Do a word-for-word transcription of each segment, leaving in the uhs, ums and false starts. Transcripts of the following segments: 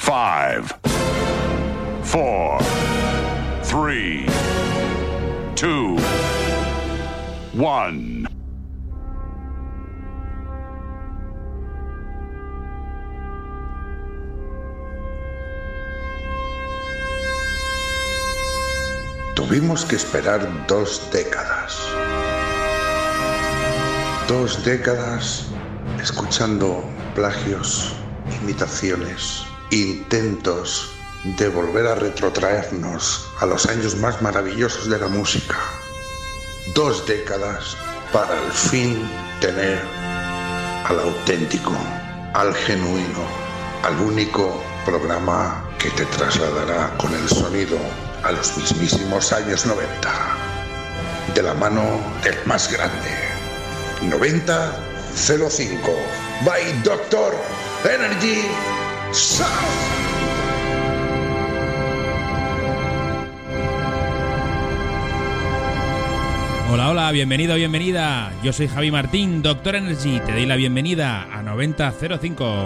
Five, four, three, two, one. Tuvimos que esperar dos décadas. Dos décadas escuchando plagios, imitaciones, intentos de volver a retrotraernos a los años más maravillosos de la música. Dos décadas para al fin tener al auténtico, al genuino, al único programa que te trasladará con el sonido a los mismísimos años noventa, de la mano del más grande. noventa cero cinco by Doctor Energy Sound. Hola, hola, bienvenido, bienvenida. Yo soy Javi Martín, Doctor Energy. Te doy la bienvenida a noventa cero cinco.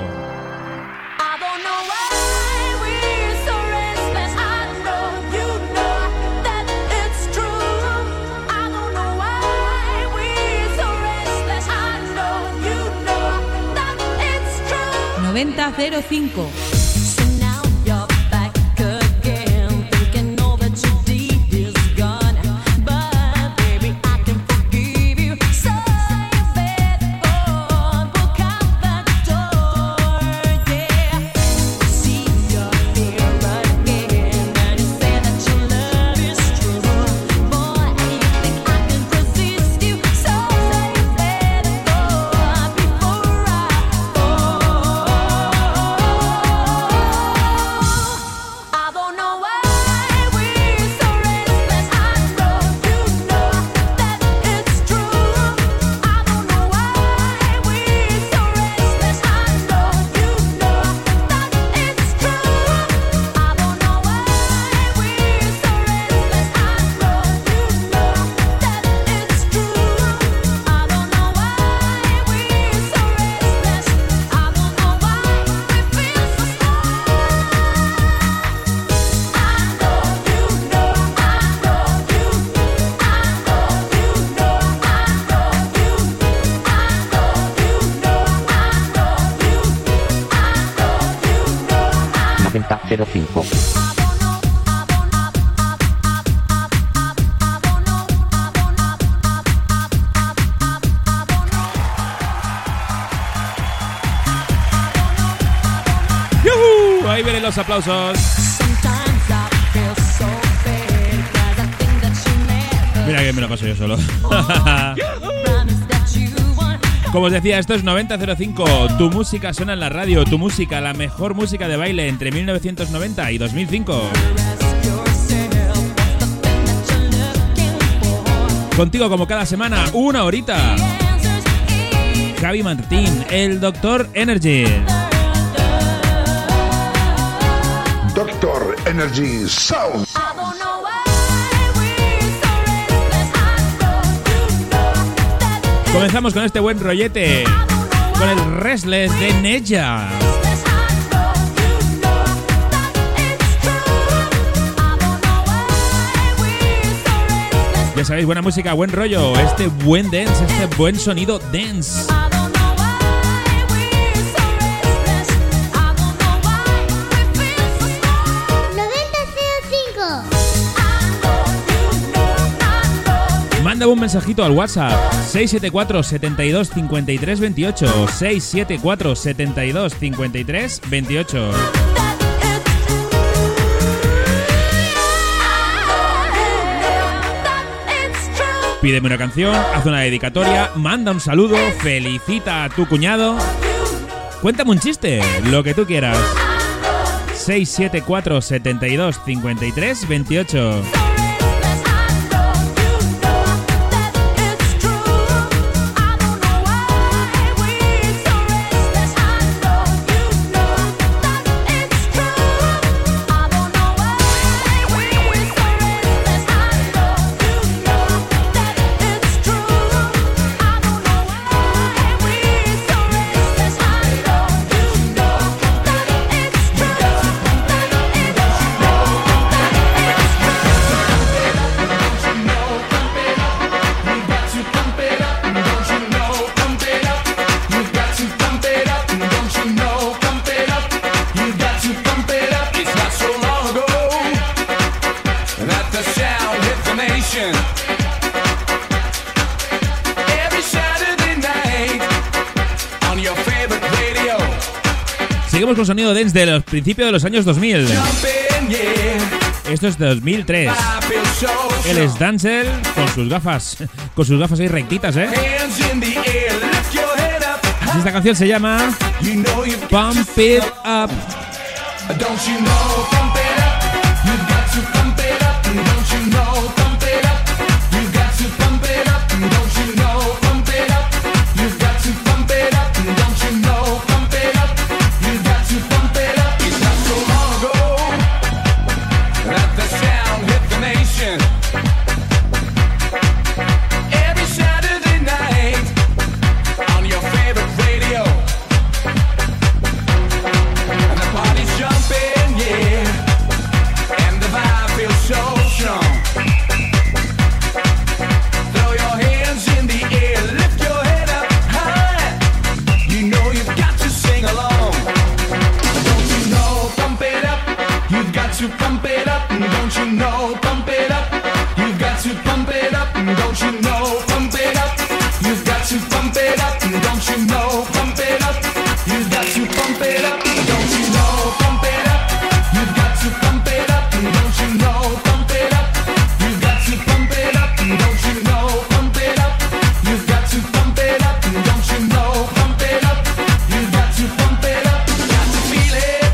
noventa cero cinco. noventa cero cinco. ¡Yuhu! Ahí vienen los aplausos. Mira que me lo paso yo solo. Como os decía, esto es noventa cero cinco. Tu música suena en la radio. Tu música, la mejor música de baile entre mil novecientos noventa y dos mil cinco. Contigo como cada semana, una horita. Javi Martín, el Doctor Energy. Doctor Energy Sound. Comenzamos con este buen rollete, con el Restless de Neja. Ya sabéis, buena música, buen rollo, este buen dance, este buen sonido dance. Manda un mensajito al WhatsApp seis siete cuatro, setenta y dos, cincuenta y tres, veintiocho, seis siete cuatro, setenta y dos, cincuenta y tres, veintiocho. Pídeme una canción, haz una dedicatoria, manda un saludo, felicita a tu cuñado, cuéntame un chiste, lo que tú quieras. seis siete cuatro, setenta y dos, cincuenta y tres, veintiocho. con sonido dance de los principios de los años dos mil. Esto es de dos mil tres. Él es Denzel con sus gafas, con sus gafas ahí rectitas, ¿eh? Esta canción se llama Pump It Up. Don't you know, pump it up, you've got to pump it up, don't you know, pump it up, you've got to pump it up, don't you know, pump it up, you've got to pump it up, don't you know, pump it up, you've got to pump it up. It's not so long ago that the sound hit the nation. Every Saturday night on your favorite radio. Jumping, yeah, and the vibe feels so strong. Throw your hands in the air, lift your head up high. You know you've got to sing along. Don't you know, pump it up. You've got to pump it up. Don't you know, pump it up. You've got to pump it up. Don't you know, pump it up. You've got to pump it up. Don't you know, pump it up. You've got to pump it up. Don't you know, pump it up. You've got to pump it up. Don't you know, pump it up. You've got to pump it up. Don't you know, pump it up. You've got to pump it up. Don't you know, pump it up. You've got to pump it up. Got to feel it.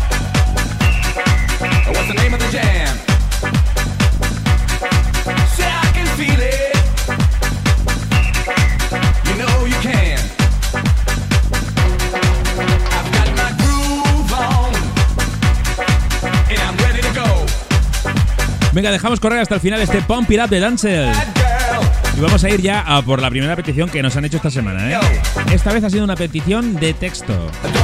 What's the name of the jam? Say I can feel it. You know you can. Venga, dejamos correr hasta el final este Pump It Up de Denzel. Y vamos a ir ya a por la primera petición que nos han hecho esta semana, ¿eh? Esta vez ha sido una petición de texto.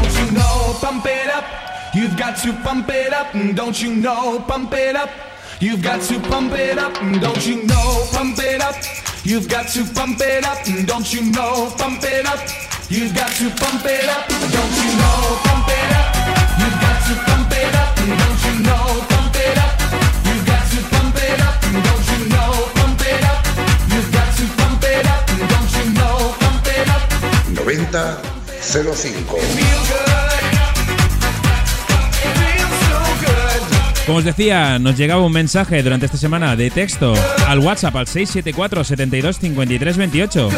You've got to pump it up, don't you know, pump it up. You've got to pump it up, don't you know, pump it up. You've got to pump it up, don't you know, pump it up. You've got to pump it up, don't you know, pump it up. You've got to pump it up, don't you know, pump it up. You've got to pump it up, don't you know, pump it up. You've got to pump it up, don't you know, pump it up. noventa cero cinco. Como os decía, nos llegaba un mensaje durante esta semana de texto al WhatsApp al seis siete cuatro, setenta y dos, cincuenta y tres, veintiocho.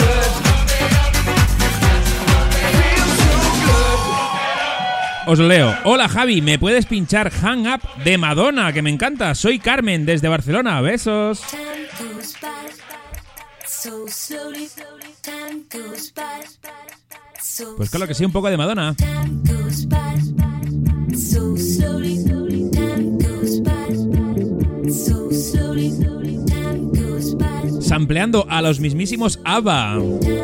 Os lo leo. Hola Javi, ¿me puedes pinchar Hang Up de Madonna? Que me encanta. Soy Carmen desde Barcelona. Besos. Pues claro que sí, un poco de Madonna. Sampleando a los mismísimos ABBA.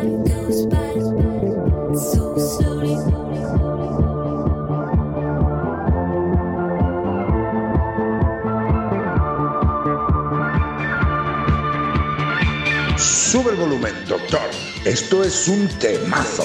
Sube el volumen, doctor. Esto es un temazo.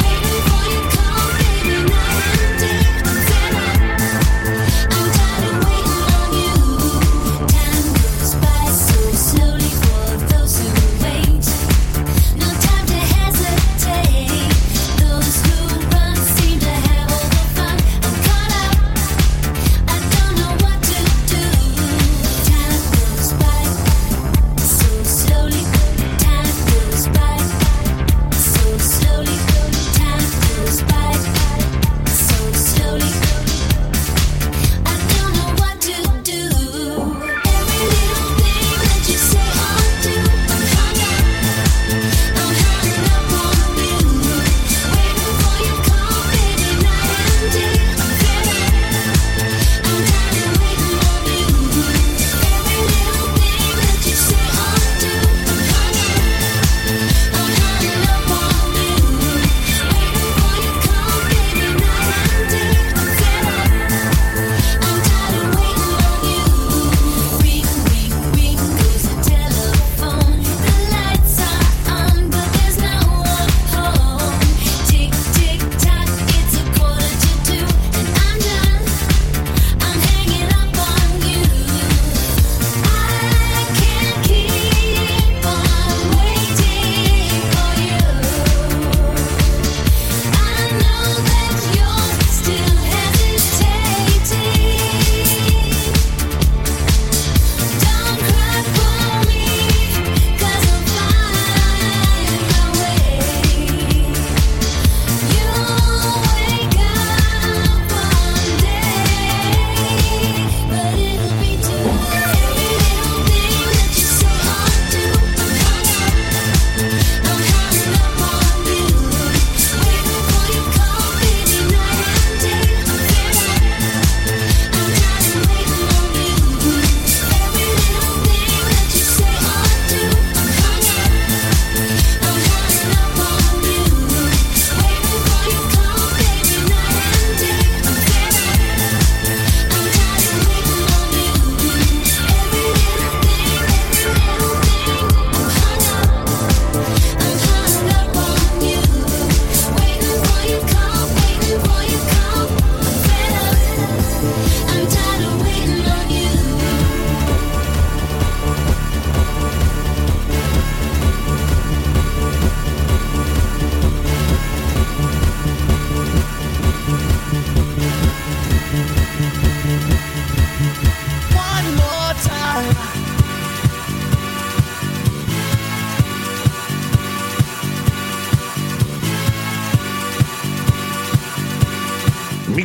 I'm tired of waiting.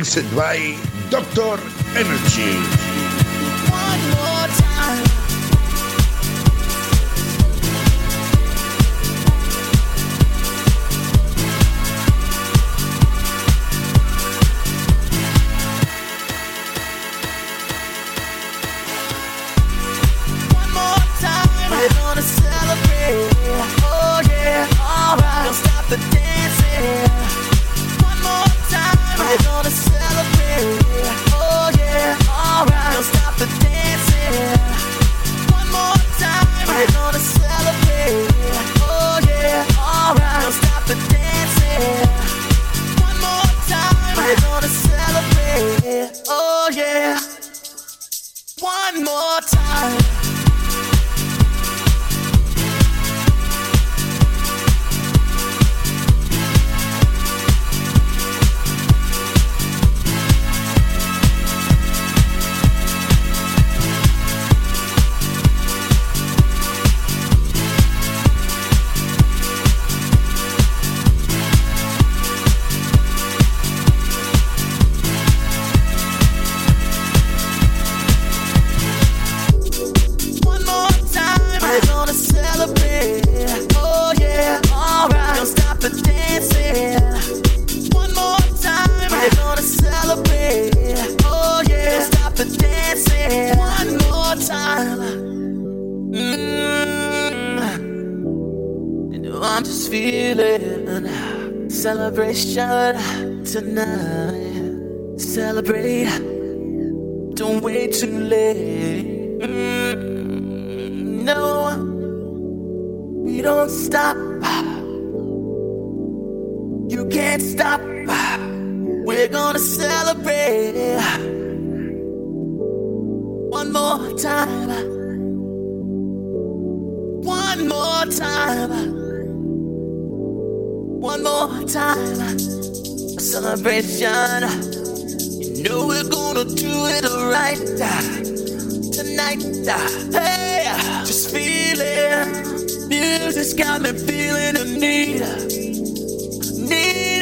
Remixed by Doctor Energy. One more time. One more time. We're gonna celebrate. Oh yeah, alright. Don't stop the dancing. One more time. We're gonna celebrate. Oh yeah, alright. Don't stop the dancing. One more time. We're gonna celebrate. Oh yeah, alright. Don't stop the dancing. One more time. We're gonna celebrate. Oh yeah. One more time. One more time, we're gonna celebrate. Oh yeah, alright. Don't stop the dancing. One more time, we're gonna celebrate. Oh yeah, don't stop the dancing. One more time. Mm. You know I'm just feeling celebration tonight. Celebrate. Don't wait too late. Mm, no, we don't stop. You can't stop. We're gonna celebrate. One more time. One more time. One more time. A celebration. You know we're gonna do it right tonight. Hey, just feeling. Music's got me feeling the need. Need.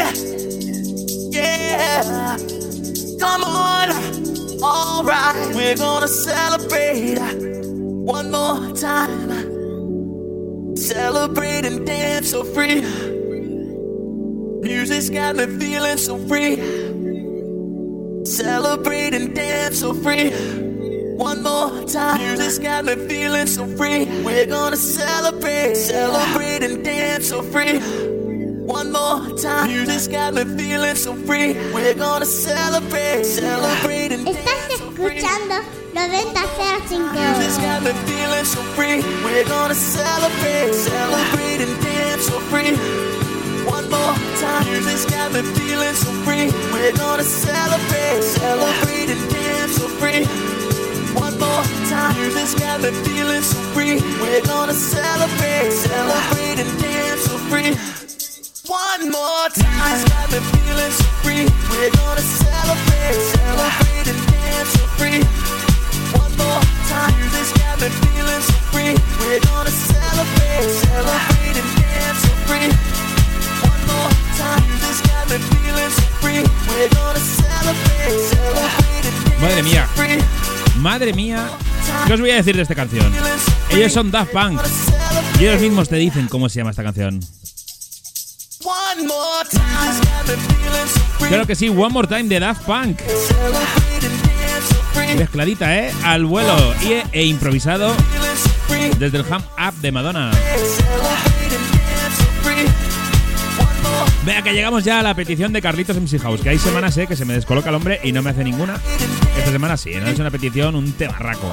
Yeah. Come on. Alright. We're gonna celebrate. One more time. Celebrate and dance so free. Music's got me feeling so free. Celebrate and dance so free. One more time. Music's got me feeling so free. We're gonna celebrate. Celebrate and dance so free. One more time. Music's got me feeling so free. We're gonna celebrate. Celebrate and Estás dance so free. escuchando noventa cero cinco. Music's got me feeling so free. We're gonna celebrate. Celebrate and dance so free. One more time. Music's got me feeling so free. We're gonna celebrate. Celebrate and dance so free. One more time. Music's got me feeling so free. We're gonna celebrate. Celebrate and dance so free. One more time. Music's got me feeling so free. We're gonna celebrate. Celebrate and dance so free. One more time. Music's got me feeling so free. We're gonna celebrate. Celebrate and dance so free. One more time. Music's got me feeling so free. We're gonna celebrate. Celebrate and dance Madre mía. so free. Madre mía, ¿qué os voy a decir de esta canción? Ellos son Daft Punk y ellos mismos te dicen cómo se llama esta canción. One more time. Claro que sí, One More Time de Daft Punk. Mezcladita, ¿eh? Al vuelo y, e improvisado desde el Ham Up de Madonna. Vea que llegamos ya a la petición de Carlitos M C House, que hay semanas, ¿eh? Que se me descoloca el hombre y no me hace ninguna. Esta semana sí, no es una petición, un temarraco.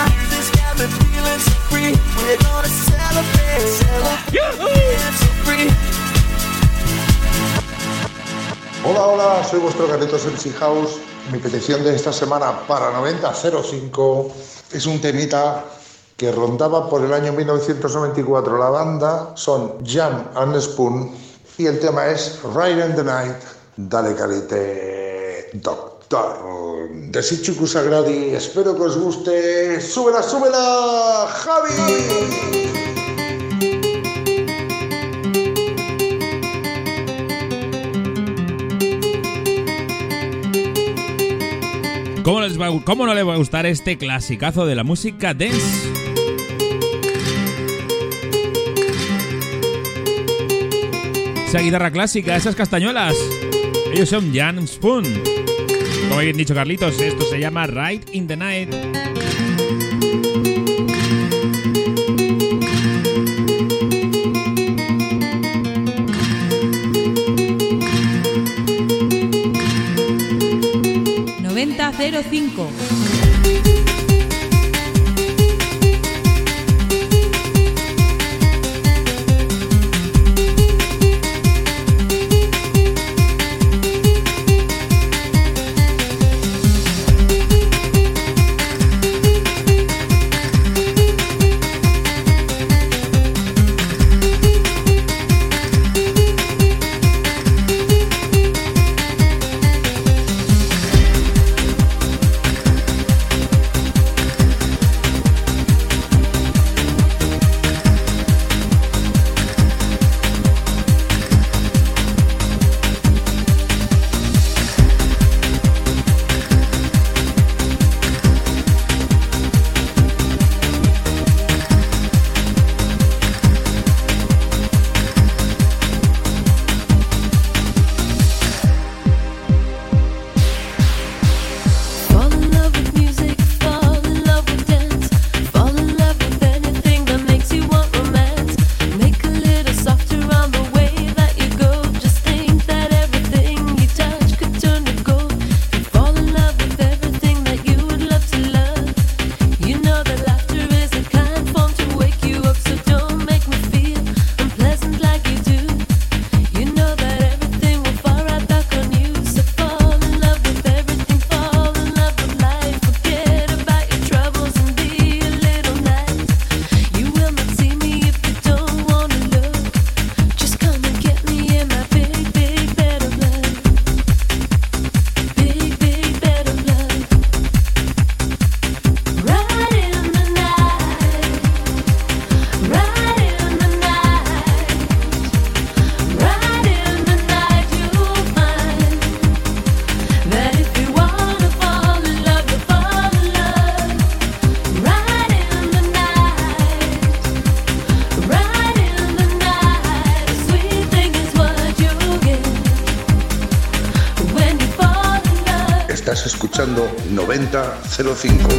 Hola, hola, soy vuestro Carlitos M C House. Mi petición de esta semana para noventa cero cinco es un temita que rondaba por el año mil novecientos noventa y cuatro. La banda son Jam and Spoon y el tema es Ride in the Night. Dale calite, doctor. De Sichuku Sagradi, espero que os guste. ¡Súbela, súbela, Javi! ¿Cómo, les va, ¿Cómo no les va a gustar este clasicazo de la música dance? Esa guitarra clásica, esas castañuelas. Ellos son Jan Spoon. Como bien dicho Carlitos, esto se llama Ride in the Night. noventa cero cinco. noventa cero cinco.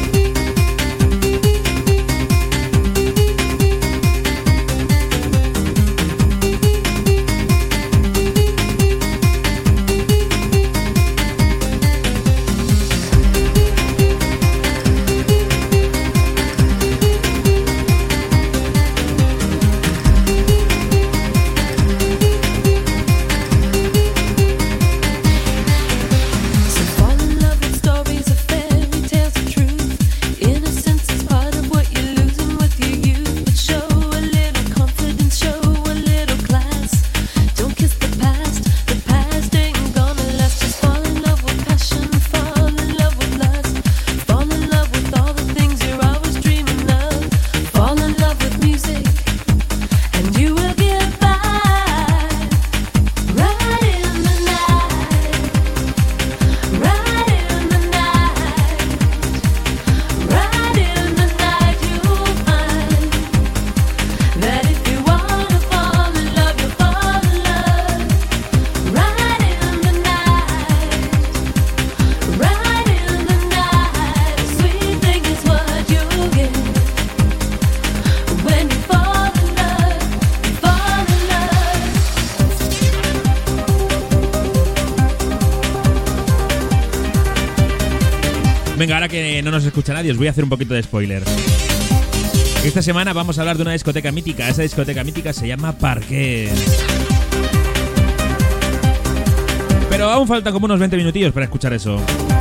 Venga, ahora que no nos escucha nadie, os voy a hacer un poquito de spoiler. Esta semana vamos a hablar de una discoteca mítica. Esa discoteca mítica se llama Parquet. Pero aún faltan como unos veinte minutillos para escuchar eso.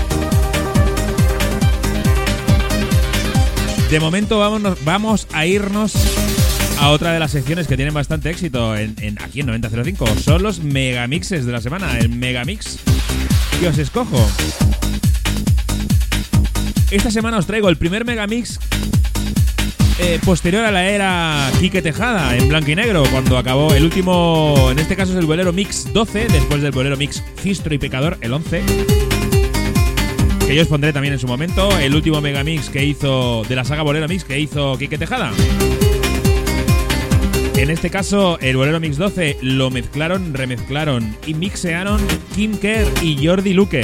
De momento vámonos, vamos a irnos a otra de las secciones que tienen bastante éxito en, en, aquí en noventa cero cinco. Son los megamixes de la semana. El megamix que os escojo. Esta semana os traigo el primer megamix eh, posterior a la era Quique Tejada, en blanco y negro, cuando acabó el último, en este caso es el bolero mix doce, después del bolero mix Fistro y Pecador, el once. que yo os pondré también en su momento, el último megamix que hizo de la saga Bolero Mix que hizo Quique Tejada. En este caso, el Bolero Mix doce lo mezclaron, remezclaron y mixearon Kim Kerr y Jordi Luque.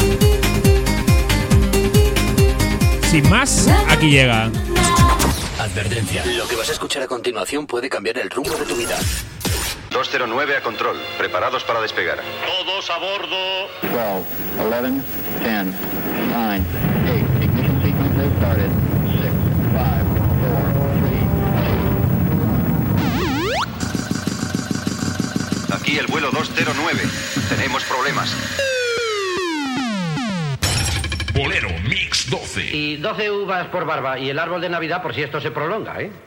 Sin más, aquí llega. Advertencia. Lo que vas a escuchar a continuación puede cambiar el rumbo de tu vida. dos cero nueve a control. Preparados para despegar. Todos a bordo. twelve, eleven, ten, nine, eight. Ignition sequence has started. six, five, four, three, two. Aquí el vuelo dos cero nueve. Tenemos problemas. Bolero Mix doce. Y doce uvas por barba y el árbol de Navidad por si esto se prolonga, ¿eh?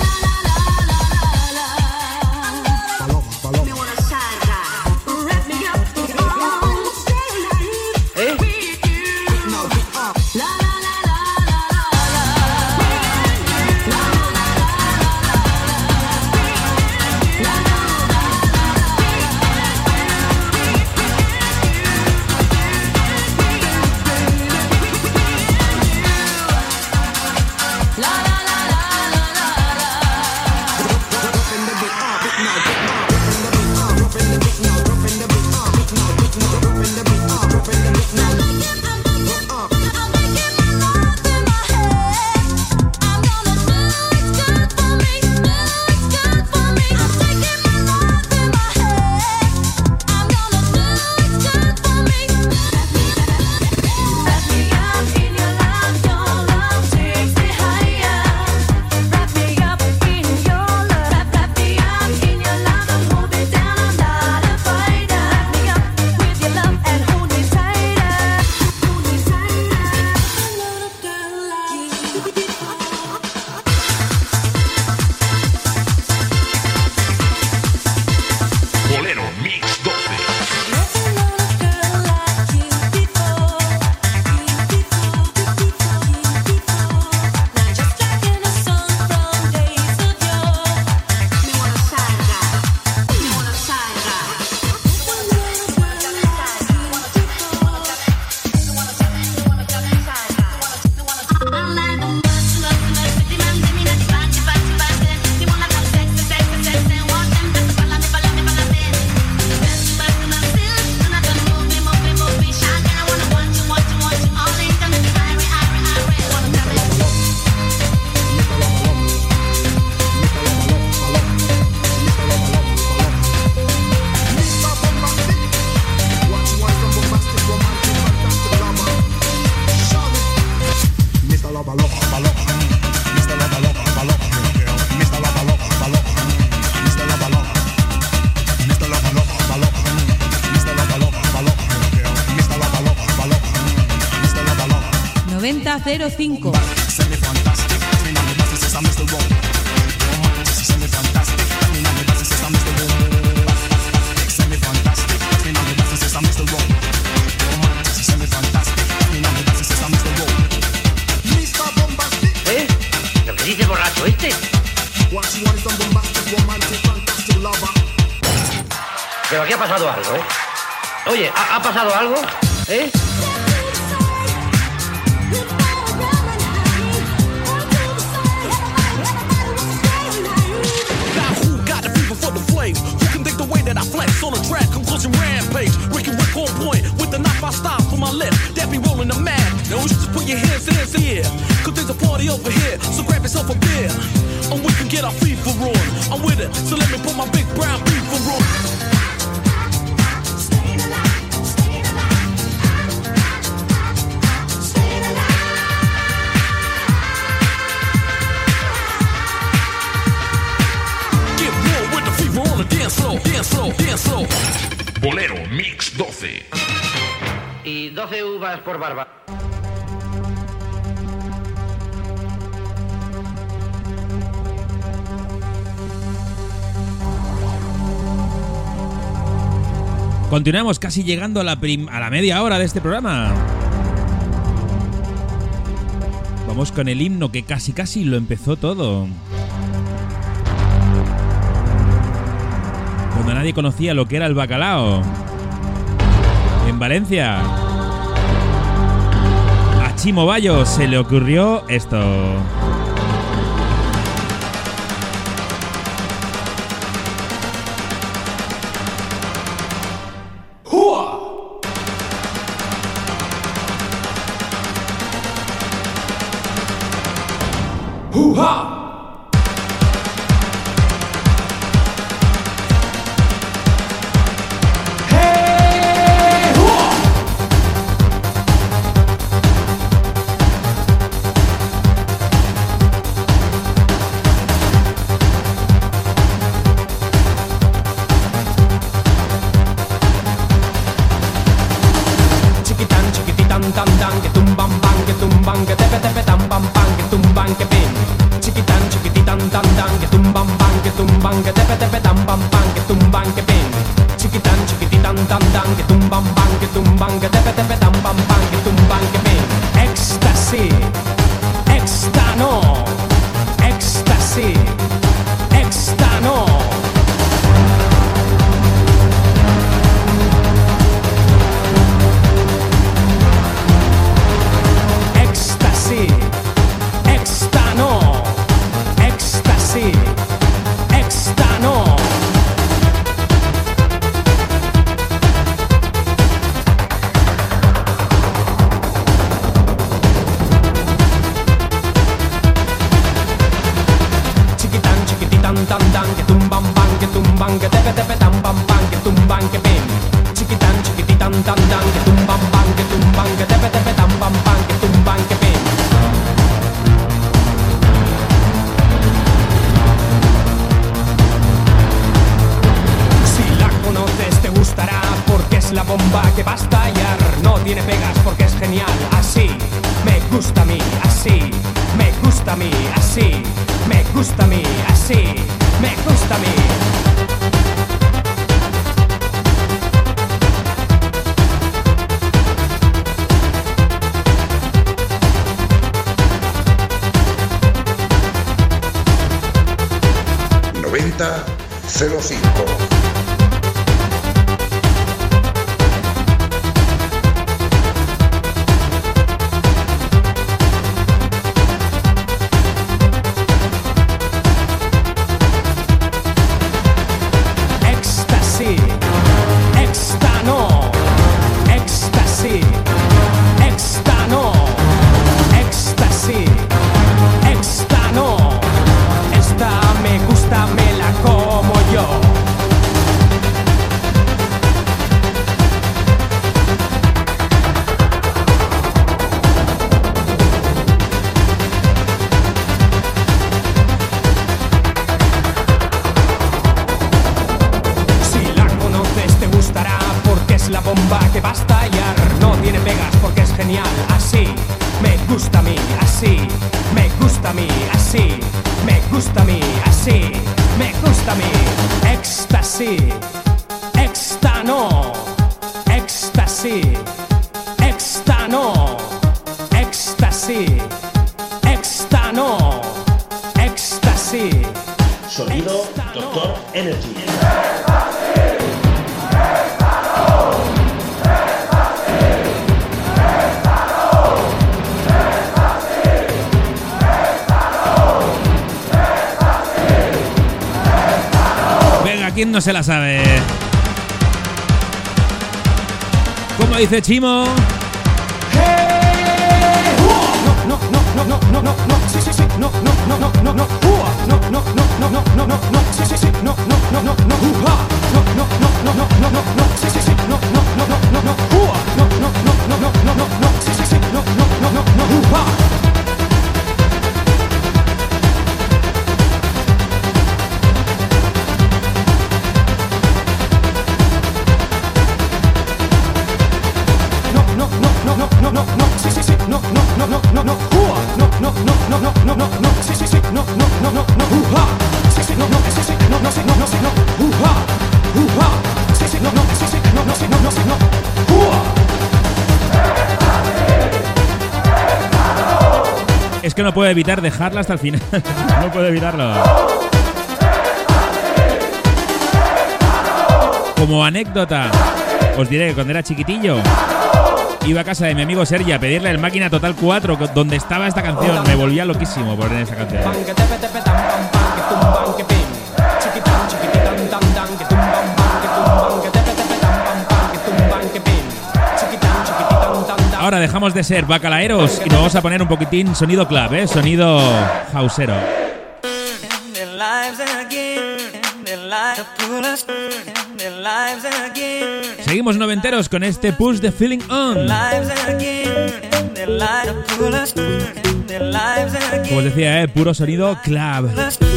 noventa cero cinco. ¿Eh? ¿Lo que dice borracho este? Pero aquí ha pasado algo, ¿eh? Oye, ¿ha, ha pasado algo? ¿Eh? Who can think the way that I flex on a track, conclusion rampage, Ricky Rick on point, with the knife I stop for my left, that be rolling the mad, now just put your hands in the air, cause there's a party over here, so grab yourself a beer, and we can get our FIFA on, I'm with it, so let me put my big brown FIFA on. Bolero Mix doce. Y doce uvas por barba. Continuamos casi llegando a la, prim- a la media hora de este programa. Vamos con el himno que casi casi lo empezó todo. Cuando nadie conocía lo que era el bacalao. En Valencia. Chimo Bayo se le ocurrió esto. ¡Hoo-ha! noventa cero cinco. Sonido Doctor Energy. Venga, ¿quién no se la sabe? ¿Cómo dice Chimo? No, no, no, no, no, no, no, sí, sí, sí, no, no, no, no, no, no, ua, no, no, no, no, no, no, no, no, sí, sí, sí, no, no, no, no, no, uha, no, no, no, no, no, no, no, no, sí, sí, sí, no, no, no, no, no, no, ua, no, no, no, no, no, no, no, no, sí, sí, sí, no, no, no, no, no, uha. No, no, no, no, no, no, no, sí, sí, sí, no, no, no, no, no, no, ua, no, no, no, no, no, no, no, no, sí, sí, sí, no, no, no, no, no, uha, sí, sí, no, no, sí, sí, no, no, sí, no, no, sí, no, uha, uha, sí, sí, no, no, sí, sí, no, no, sí, no, no, sí, no, uha. Es que no puedo evitar dejarla hasta el final. No puedo evitarlo. Como anécdota, os diré que cuando era chiquitillo iba a casa de mi amigo Sergi a pedirle el Máquina Total cuatro donde estaba esta canción. Me volvía loquísimo por poner esa canción. Ahora dejamos de ser bacalaeros y nos vamos a poner un poquitín sonido club, ¿eh? Sonido houseero. Seguimos noventeros con este Push the Feeling On. Como os decía, ¿eh? Puro sonido club.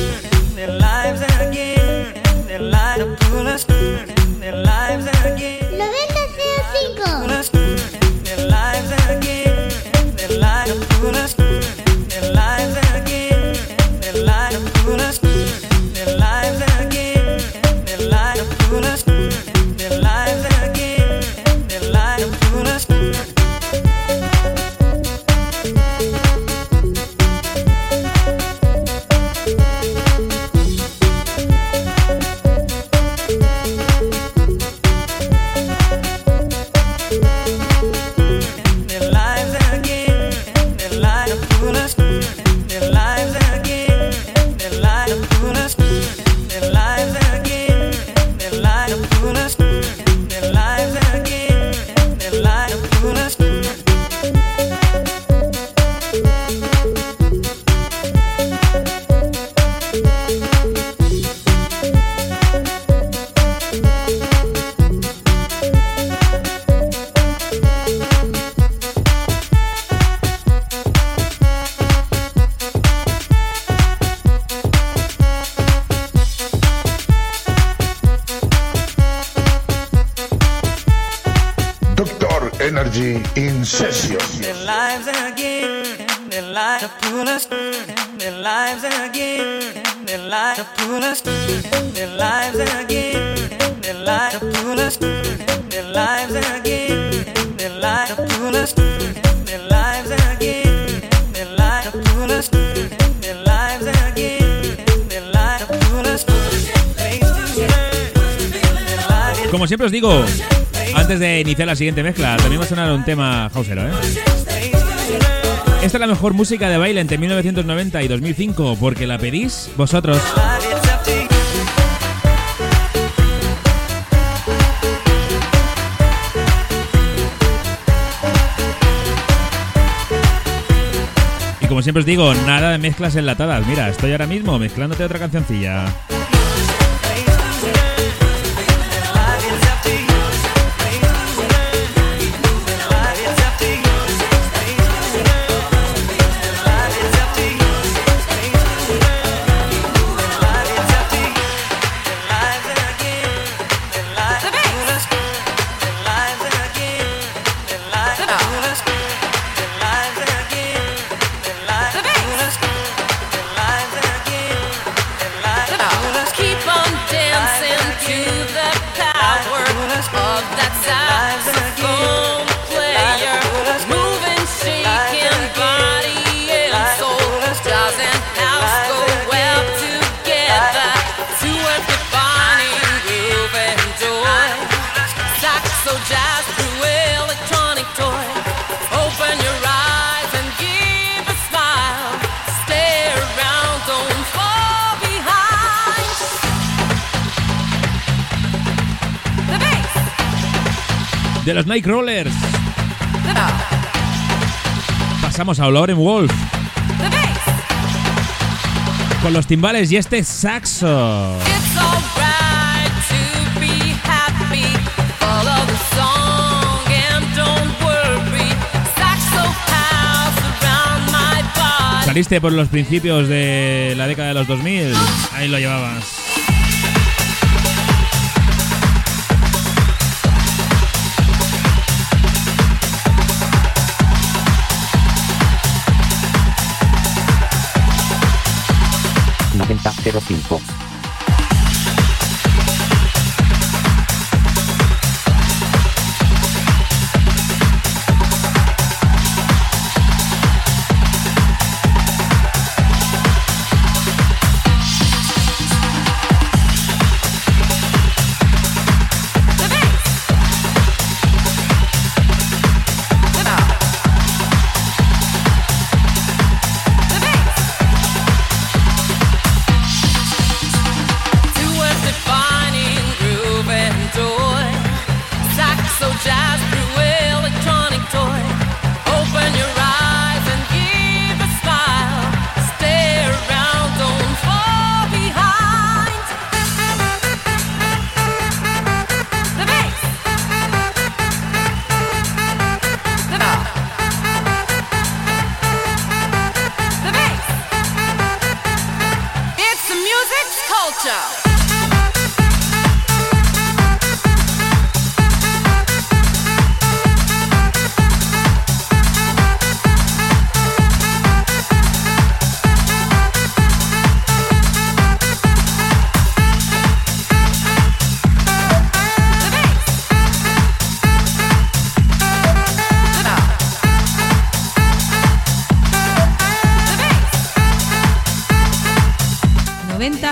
Energy in session. Their lives again, their lives to pull us, their lives again, their lives to pull us, their lives again, their lives to pull us, their lives again, their lives to pull us, their lives again, their lives to pull us, their lives again, their lives to pull us. Como siempre os digo, antes de iniciar la siguiente mezcla, también va a sonar un tema houseero, ¿eh? Esta es la mejor música de baile entre mil novecientos noventa y dos mil cinco, porque la pedís vosotros. Y como siempre os digo, nada de mezclas enlatadas. Mira, estoy ahora mismo mezclándote otra cancioncilla. De los Nightcrawlers pasamos a Lauren Wolf con los timbales y este saxo. Saliste por los principios de la década de los dos mil, ahí lo llevabas. noventa cero cinco.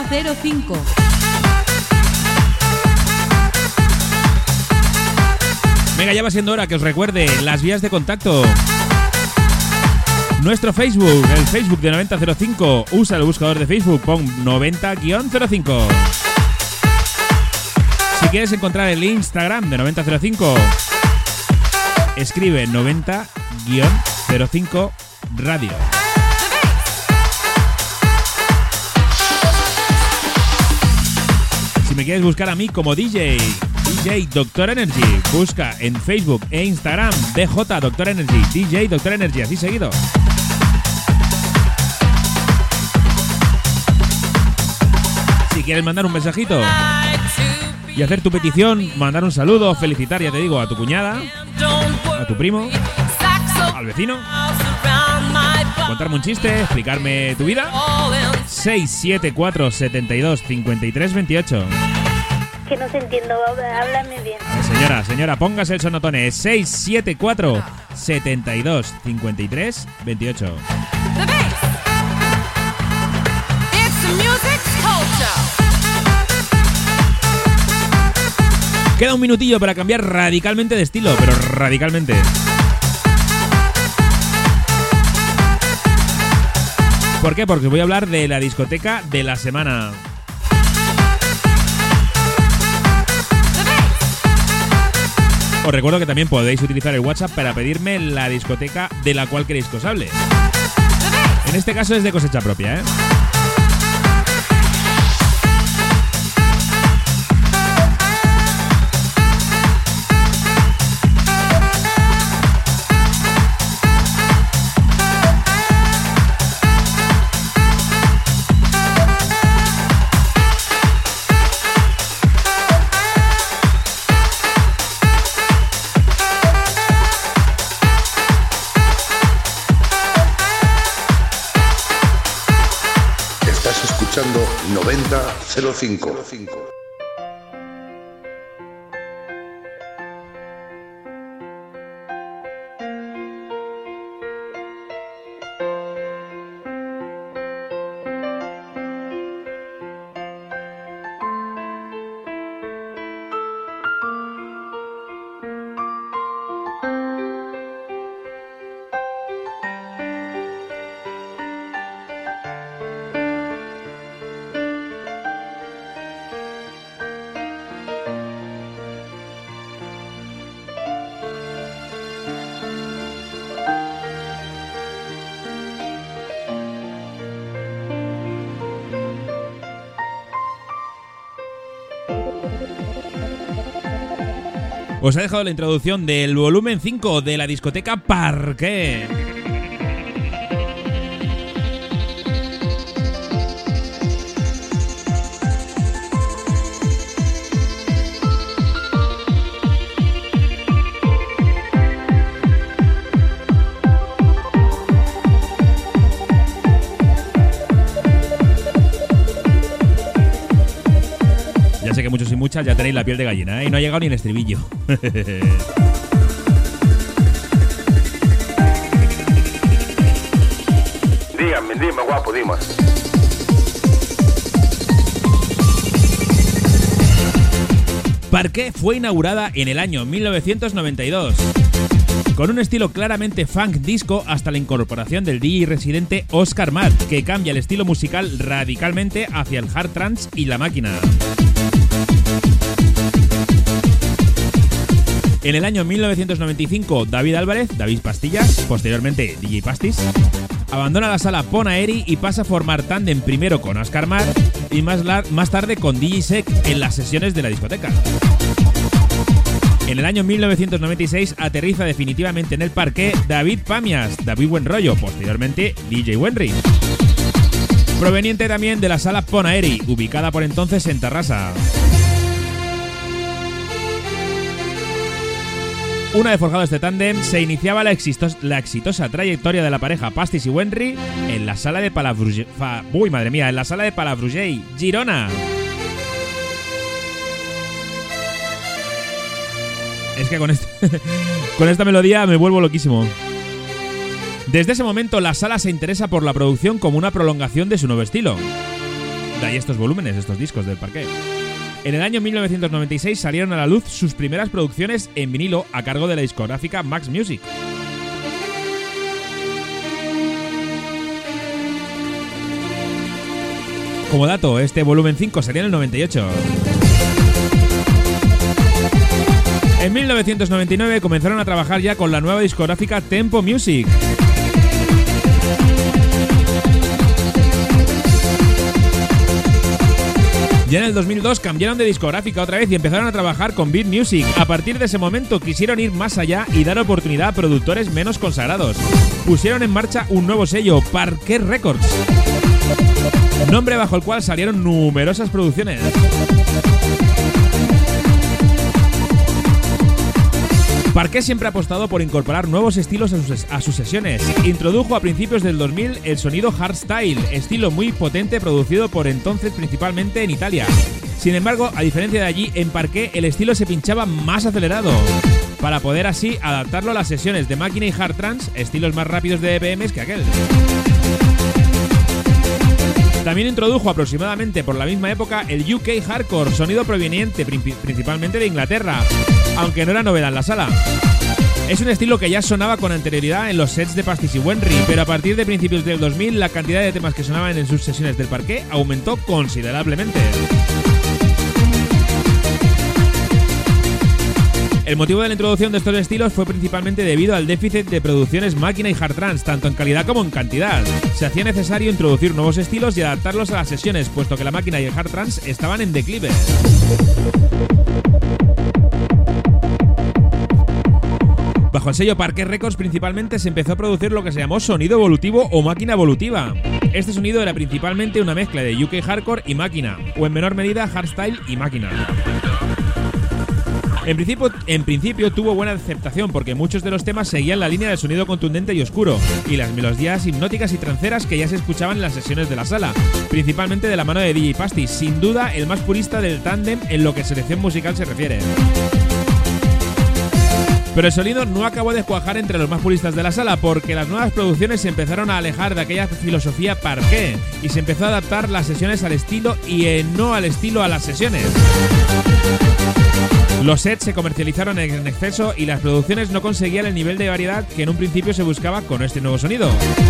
cero cinco. Venga, ya va siendo hora que os recuerde las vías de contacto. Nuestro Facebook, el Facebook de noventa cero cinco. Usa el buscador de Facebook, pon noventa cero cinco. Si quieres encontrar el Instagram de noventa cero cinco, escribe noventa cero cinco Radio. Si me quieres buscar a mí como D J, D J Doctor Energy, busca en Facebook e Instagram D J Doctor Energy, D J Doctor Energy, así seguido. Si quieres mandar un mensajito y hacer tu petición, mandar un saludo, felicitar, ya te digo, a tu cuñada, a tu primo, al vecino, contarme un chiste, explicarme tu vida, seis siete cuatro, siete dos, cinco tres dos ocho. Que no te entiendo, háblame bien. Señora, señora, póngase el sonotone. seis siete cuatro, siete dos, cinco tres dos ocho. Queda un minutillo para cambiar radicalmente de estilo, pero radicalmente. ¿Por qué? Porque voy a hablar de la discoteca de la semana. Os recuerdo que también podéis utilizar el WhatsApp para pedirme la discoteca de la cual queréis que os hable. En este caso es de cosecha propia, ¿eh? noventa cero cinco. Os he dejado la introducción del volumen cinco de la discoteca Parqué. Que muchos y muchas ya tenéis la piel de gallina, ¿eh? Y no ha llegado ni el estribillo. Díganme, dime, guapo, dime. Parqué fue inaugurada en el año mil novecientos noventa y dos, con un estilo claramente funk disco hasta la incorporación del D J residente Oscar Matt, que cambia el estilo musical radicalmente hacia el hard trance y la máquina. En el año mil novecientos noventa y cinco, David Álvarez, David Pastillas, posteriormente D J Pastis, abandona la sala Ponaeri y pasa a formar tándem primero con Oscar Matt y más, más tarde con D J Sec en las sesiones de la discoteca. En el año mil novecientos noventa y seis aterriza definitivamente en el Parqué David Pamias, David Buenrollo, posteriormente D J Wenry, proveniente también de la sala Ponaeri, ubicada por entonces en Tarrasa. Una vez forjado este tándem, se iniciaba la, existos- la exitosa trayectoria de la pareja Pastis y Wenry en la sala de Palafrugell, fa- uy, madre mía, en la sala de Palafrugell, Girona. Es que con, este con esta melodía me vuelvo loquísimo. Desde ese momento, la sala se interesa por la producción como una prolongación de su nuevo estilo. De ahí estos volúmenes, estos discos del Parqué. En el año mil novecientos noventa y seis salieron a la luz sus primeras producciones en vinilo a cargo de la discográfica Max Music. Como dato, este volumen cinco salió en el noventa y ocho. En mil novecientos noventa y nueve comenzaron a trabajar ya con la nueva discográfica Tempo Music. Ya en el dos mil dos cambiaron de discográfica otra vez y empezaron a trabajar con Beat Music. A partir de ese momento quisieron ir más allá y dar oportunidad a productores menos consagrados. Pusieron en marcha un nuevo sello, Parqué Records, nombre bajo el cual salieron numerosas producciones. Parqué siempre ha apostado por incorporar nuevos estilos a sus, a sus sesiones. Introdujo a principios del dos mil el sonido hardstyle, estilo muy potente producido por entonces principalmente en Italia. Sin embargo, a diferencia de allí, en Parqué el estilo se pinchaba más acelerado, para poder así adaptarlo a las sesiones de máquina y hard trance, estilos más rápidos de B P Ms que aquel. También introdujo aproximadamente por la misma época el U K Hardcore, sonido proveniente principalmente de Inglaterra, aunque no era novedad en la sala. Es un estilo que ya sonaba con anterioridad en los sets de Pastis y Wenry, pero a partir de principios del dos mil la cantidad de temas que sonaban en sus sesiones del Parqué aumentó considerablemente. El motivo de la introducción de estos estilos fue principalmente debido al déficit de producciones máquina y hard trance, tanto en calidad como en cantidad. Se hacía necesario introducir nuevos estilos y adaptarlos a las sesiones, puesto que la máquina y el hard trance estaban en declive. Bajo el sello Parqué Records principalmente se empezó a producir lo que se llamó sonido evolutivo o máquina evolutiva. Este sonido era principalmente una mezcla de U K Hardcore y máquina, o en menor medida hardstyle y máquina. En principio, en principio tuvo buena aceptación porque muchos de los temas seguían la línea del sonido contundente y oscuro y las melodías hipnóticas y tranceras que ya se escuchaban en las sesiones de la sala, principalmente de la mano de D J Pastis, sin duda el más purista del tándem en lo que selección musical se refiere. Pero el sonido no acabó de cuajar entre los más puristas de la sala porque las nuevas producciones se empezaron a alejar de aquella filosofía Parqué y se empezó a adaptar las sesiones al estilo y eh, no al estilo a las sesiones. Los sets se comercializaron en exceso y las producciones no conseguían el nivel de variedad que en un principio se buscaba con este nuevo sonido.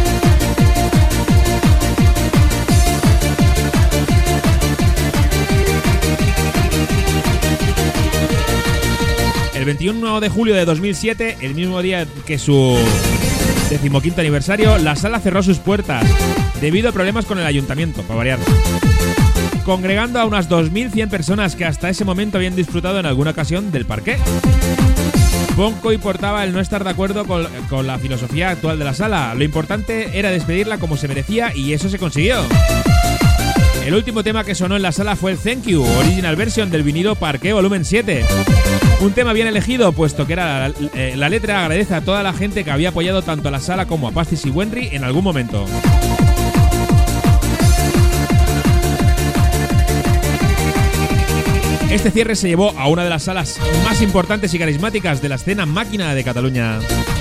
El veintiuno de julio de dos mil siete, el mismo día que su decimoquinto aniversario, la sala cerró sus puertas debido a problemas con el ayuntamiento, para variar, congregando a unas dos mil cien personas que hasta ese momento habían disfrutado en alguna ocasión del Parqué. Poco importaba el no estar de acuerdo con, con la filosofía actual de la sala, lo importante era despedirla como se merecía y eso se consiguió. El último tema que sonó en la sala fue el Thank You, original version del vinilo Parqué volumen siete. Un tema bien elegido, puesto que era la, eh, la letra agradece a toda la gente que había apoyado tanto a la sala como a Pastis y Wenry en algún momento. Este cierre se llevó a una de las salas más importantes y carismáticas de la escena máquina de Cataluña.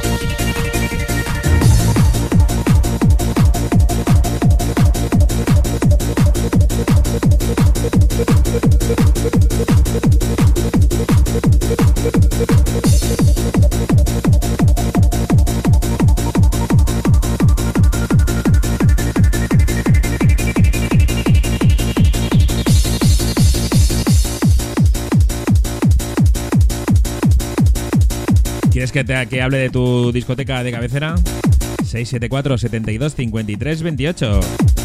¿Quieres que, te, que hable de tu discoteca de cabecera? seis siete cuatro, setenta y dos, cincuenta y tres, veintiocho.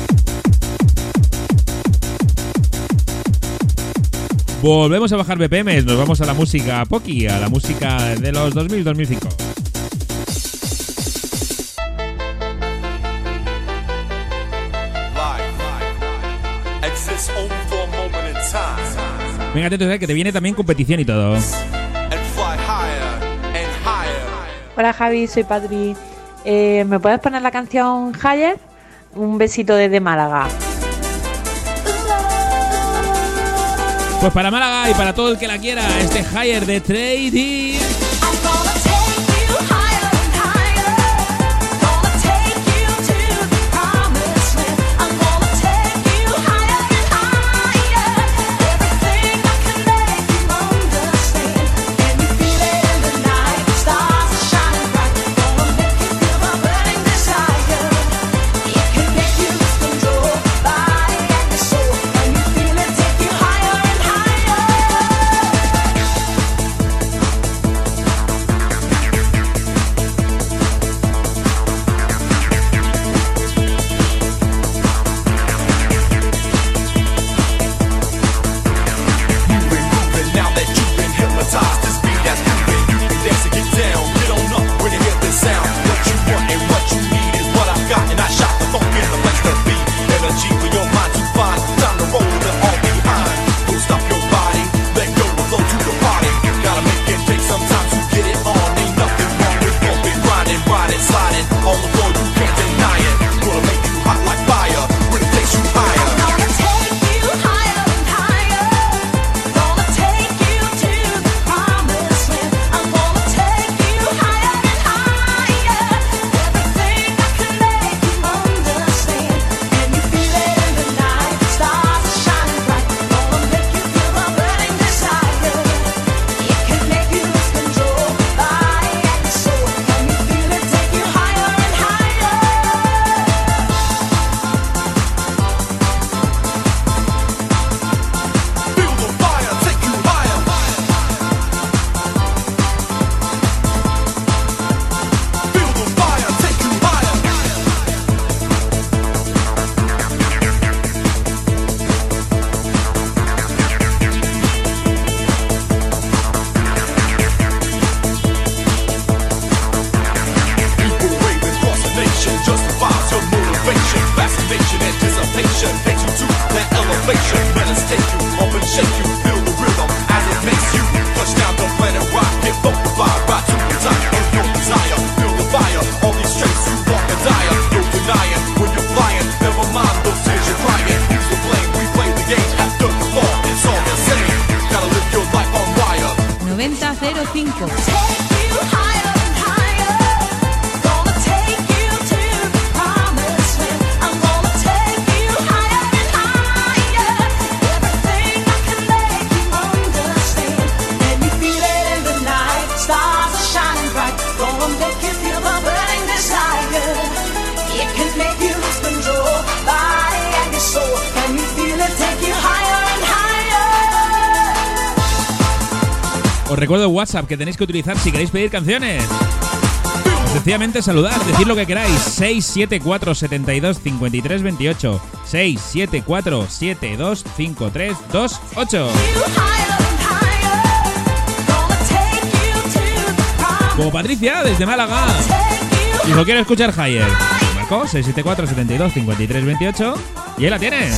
Volvemos a bajar B P Ms, nos vamos a la música Poki, a la música de los dos mil dos mil cinco. Venga, atento, que te viene también competición y todo. Hola Javi, soy Patri. Eh, ¿Me puedes poner la canción Higher? Un besito desde Málaga. Pues para Málaga y para todo el que la quiera, este Higher de Trading. cero cinco. Os recuerdo el WhatsApp que tenéis que utilizar si queréis pedir canciones. Sencillamente saludar, decir lo que queráis. seis siete cuatro, siete dos, cinco tres dos ocho. seis siete cuatro, siete dos, cinco tres dos ocho. Como Patricia, desde Málaga. Y lo quiero escuchar Higher. Marcó seis siete cuatro, siete dos, cinco tres dos ocho. Y ahí la tienes.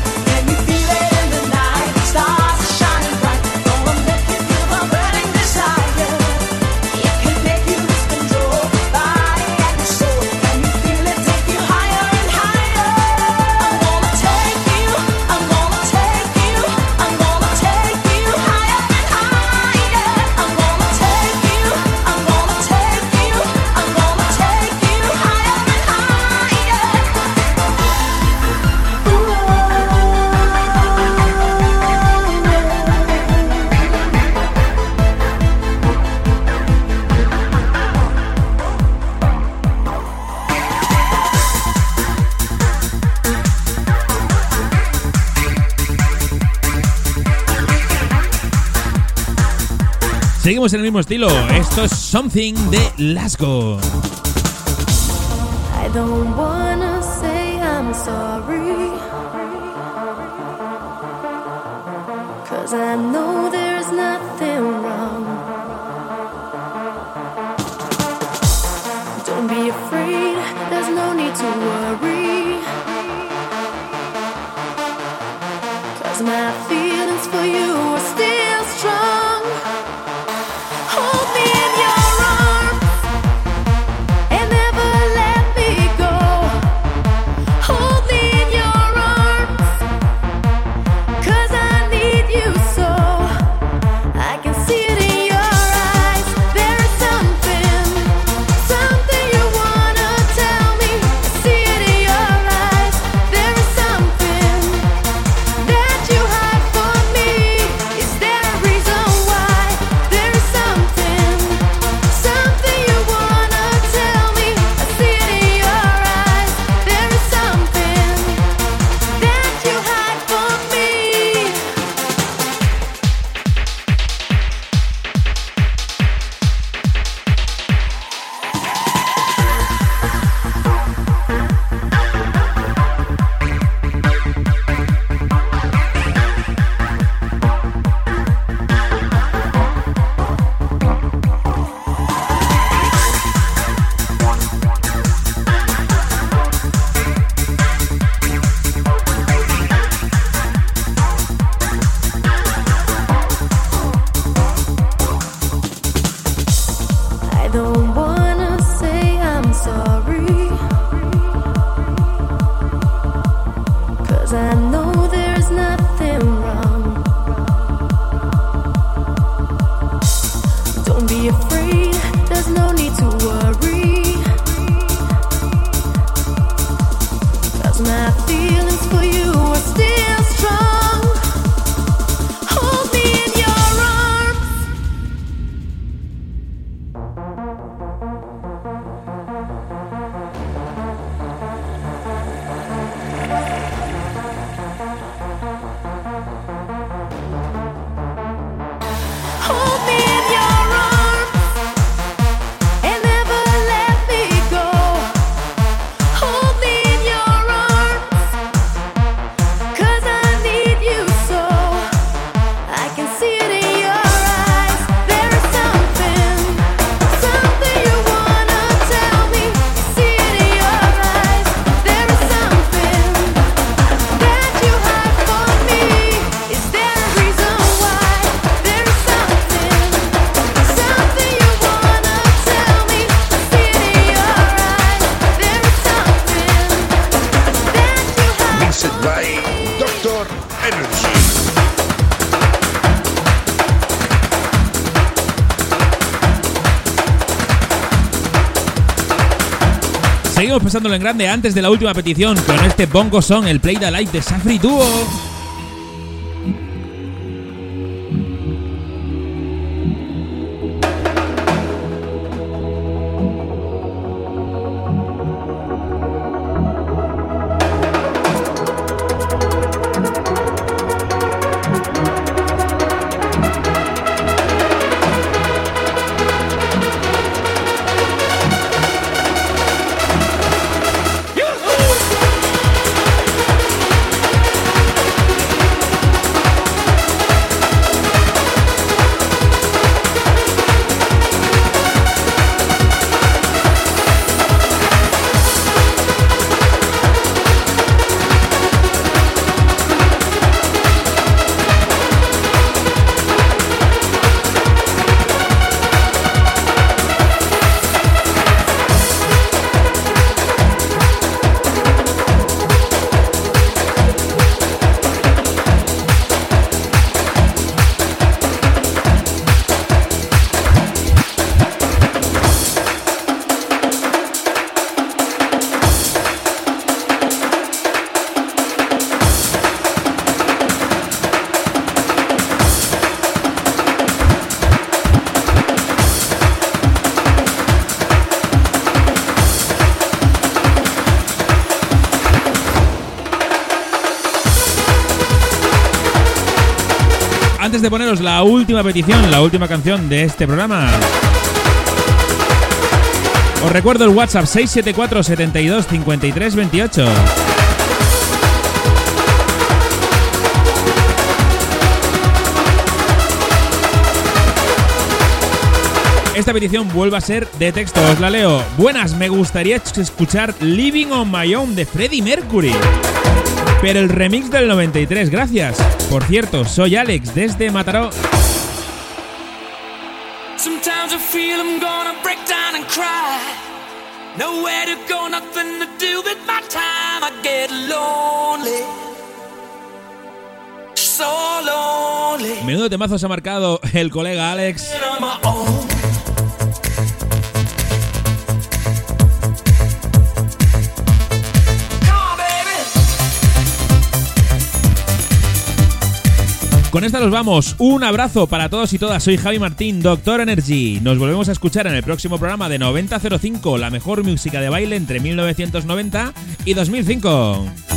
Seguimos en el mismo estilo. Esto es Something de Lasgo. I don't wanna say I'm sorry, 'cause I know there's nothing wrong. Don't be afraid, there's no need to worry, 'cause my feelings for you are still strong. Hold me in your arms. seguimos pasándolo en grande antes de la última petición con este Bongo Song, el Play the Light de Safri Duo. Antes de poneros la última petición, la última canción de este programa, os recuerdo el WhatsApp seis siete cuatro, setenta y dos, cincuenta y tres, veintiocho. Esta petición vuelve a ser de texto, os la leo. Buenas, me gustaría escuchar Living on My Own de Freddie Mercury, pero el remix del noventa y tres, gracias. Por cierto, soy Alex desde Mataró. Sometimes I feel I'm gonna break down and cry. Nowhere to go, nothing to do with my time. I get lonely. So lonely. Menudo temazo se ha marcado el colega Alex. Con esta nos vamos. Un abrazo para todos y todas. Soy Javi Martín, Doctor Energy. Nos volvemos a escuchar en el próximo programa de noventa cero cinco, la mejor música de baile entre mil novecientos noventa y dos mil cinco.